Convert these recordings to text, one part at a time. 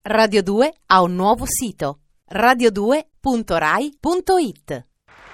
Radio 2 ha un nuovo sito, radio2.rai.it.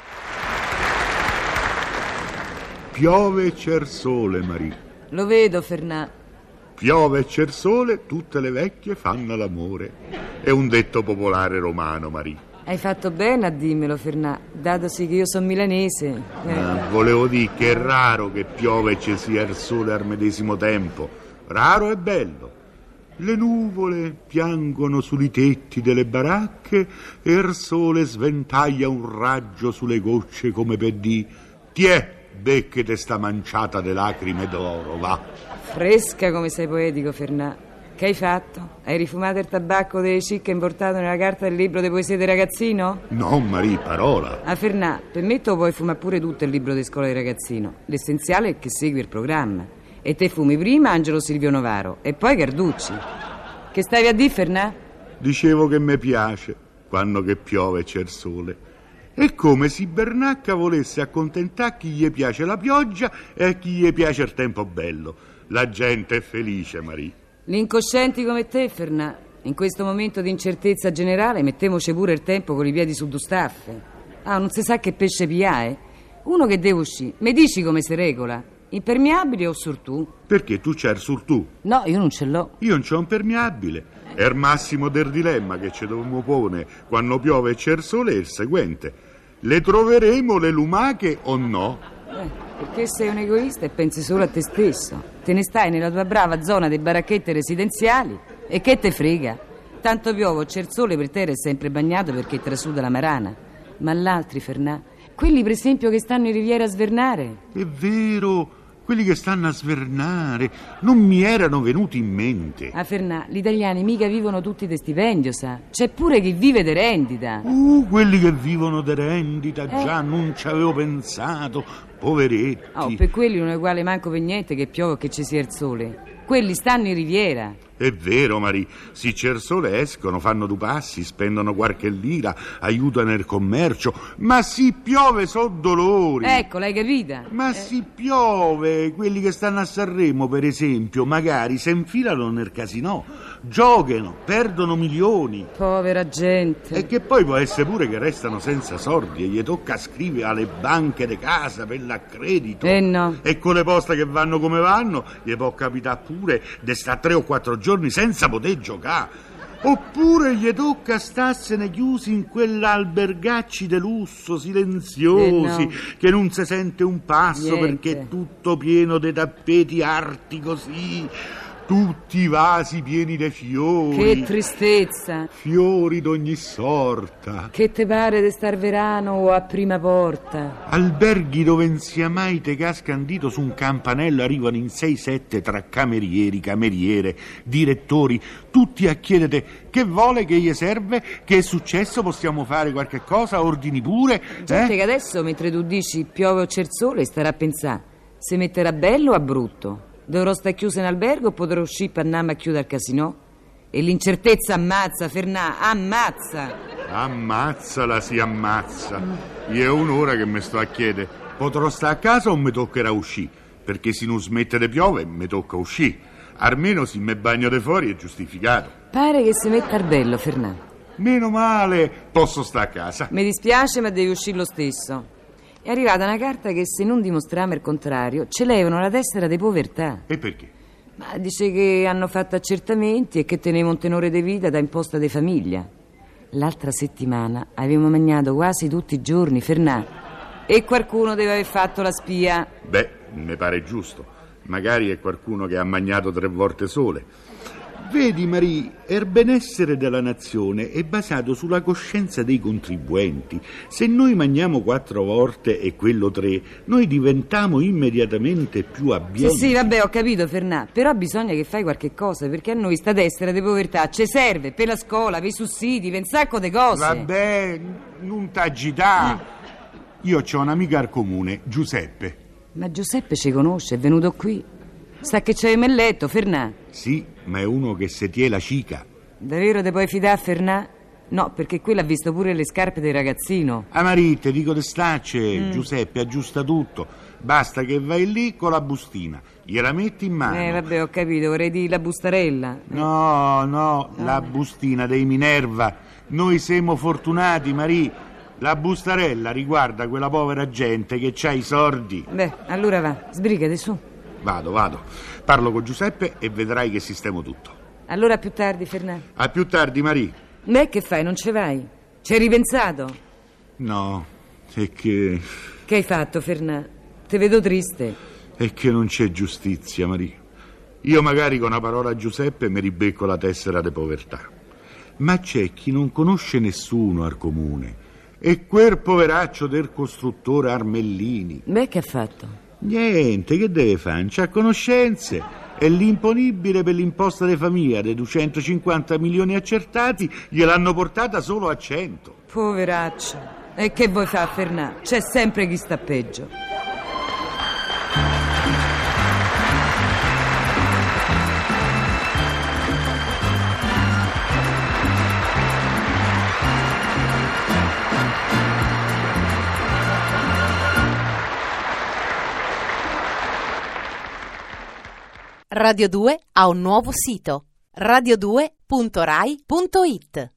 Piove e c'er sole, Marie. Lo vedo, Fernà. Piove e c'er sole, tutte le vecchie fanno l'amore. È un detto popolare romano, Marie. Hai fatto bene a dirmelo, Fernà, datosi che io sono milanese. Volevo dire che è raro che piove e ci sia il sole al medesimo tempo. Raro e bello. Le nuvole piangono sui tetti delle baracche e il sole sventaglia un raggio sulle gocce come per dire: tiè, becchete sta manciata de lacrime d'oro, va. Fresca come sei poetico, Fernà. Che hai fatto? Hai rifumato il tabacco delle cicche importato nella carta del libro di poesie del ragazzino? No, Marie, parola. Fernà, per me tu puoi fumare pure tutto il libro di scuola del ragazzino. L'essenziale è che segui il programma. E te fumi prima Angelo Silvio Novaro e poi Carducci. Che stavi a dire, Fernà? Dicevo che mi piace quando che piove e c'è il sole. È come se Bernacca volesse accontentare chi gli piace la pioggia e a chi gli piace il tempo bello. La gente è felice, Marie. Gli incoscienti come te, Fernà, in questo momento di incertezza generale mettemoci pure il tempo con i piedi su due staffe. Non si sa che pesce pigliare? Uno che deve uscire, mi dici come si regola? Impermeabile o surtù? Perché tu c'hai il surtù? No, io non ce l'ho. Io non c'ho impermeabile. È il massimo del dilemma che ci dobbiamo pone quando piove e c'è il sole è il seguente: le troveremo le lumache o no? Perché sei un egoista e pensi solo a te stesso. Te ne stai nella tua brava zona di baracchette residenziali e che te frega? Tanto piove o c'è il sole, per te è sempre bagnato perché trasuda la marana. Ma l'altri, Fernà, quelli per esempio che stanno in riviera a svernare. È vero, quelli che stanno a svernare non mi erano venuti in mente. Fernà, gli italiani mica vivono tutti di stipendio, sa. C'è pure chi vive di rendita. Quelli che vivono di rendita, già non ci avevo pensato, poveretti. Per quelli non è uguale manco per niente che piove o che ci sia il sole. Quelli stanno in riviera. È vero, Marie, se c'è il sole escono, fanno due passi, spendono qualche lira, aiutano il commercio, ma si piove so dolori. Ecco, l'hai capita? Ma si piove, quelli che stanno a Sanremo, per esempio, magari si infilano nel casinò, giocano, perdono milioni. Povera gente. E che poi può essere pure che restano senza soldi e gli tocca scrivere alle banche di casa per l'accredito. No. E con le poste che vanno come vanno, gli può capitare pure di stare 3 o 4 giorni senza poter giocare. Oppure gli tocca starsene chiusi in quell'albergacci de lusso silenziosi, no, che non si sente un passo. Niente. Perché è tutto pieno di tappeti arti così, tutti i vasi pieni di fiori. Che tristezza. Fiori d'ogni sorta. Che te pare di star verano o a prima porta? Alberghi dove non sia mai te cascan dito su un campanello arrivano in 6-7 tra camerieri, cameriere, direttori, tutti a chiedere che vuole, che gli serve, che è successo, possiamo fare qualche cosa, ordini pure. Gente che adesso, mentre tu dici piove o c'è il sole, starà a pensare se metterà bello o a brutto. Dovrò stare chiusa in albergo o potrò uscire per andare a chiudere al casinò? E l'incertezza ammazza, Fernà, ammazza. Ammazzala, si ammazza. Io è un'ora che mi sto a chiedere: potrò stare a casa o mi toccherà uscire? Perché se non smette di piove mi tocca uscire. Almeno se mi bagno di fuori è giustificato. Pare che si metta al bello, Fernà. Meno male, posso stare a casa. Mi dispiace, ma devi uscire lo stesso. È arrivata una carta che, se non dimostriamo il contrario, ci levano la tessera di povertà. E perché? Ma dice che hanno fatto accertamenti e che tenevo un tenore di vita da imposta di famiglia. L'altra settimana avevamo mangiato quasi tutti i giorni, Fernà. E qualcuno deve aver fatto la spia. Beh, mi pare giusto. Magari è qualcuno che ha mangiato 3 volte sole. Vedi, Marie, il benessere della nazione è basato sulla coscienza dei contribuenti. Se noi mangiamo 4 volte e quello 3, noi diventiamo immediatamente più abbienti. Sì, vabbè, ho capito, Fernà. Però bisogna che fai qualche cosa, perché a noi sta tessera di povertà ci serve per la scuola, per i sussidi, per un sacco di cose. Vabbè, non t'agità. Io c'ho un'amica al comune, Giuseppe. Ma Giuseppe ci conosce, è venuto qui. Sa che c'è il letto, Fernà. Sì, ma è uno che se tie la cica. Davvero te puoi fidare, Fernà? No, perché quella ha visto pure le scarpe del ragazzino. Maritte, dico te stacce, Giuseppe aggiusta tutto. Basta che vai lì con la bustina, gliela metti in mano. Vabbè, ho capito, vorrei dire la bustarella. No, la bustina dei Minerva. Noi siamo fortunati, Marie. La bustarella riguarda quella povera gente che c'ha i sordi. Beh, allora va, sbrigati su. Vado. Parlo con Giuseppe e vedrai che sistemo tutto. Allora a più tardi, Fernando. A più tardi, Marie. Beh, che fai, non ci vai? Ci hai ripensato? No, è che Che hai fatto, Fernando? Ti vedo triste. non c'è giustizia, Marie. Io magari con una parola a Giuseppe mi ribecco la tessera di povertà. Ma c'è chi non conosce nessuno al comune. E quel poveraccio del costruttore Armellini. Beh, che ha fatto? Niente, che deve fare? Non c'ha conoscenze. È l'imponibile per l'imposta di famiglia dei 250 milioni accertati, gliel'hanno portata solo a 100. Poveraccio. E che vuoi fare, Fernando? C'è sempre chi sta peggio. Radio 2 ha un nuovo sito: radio2.rai.it.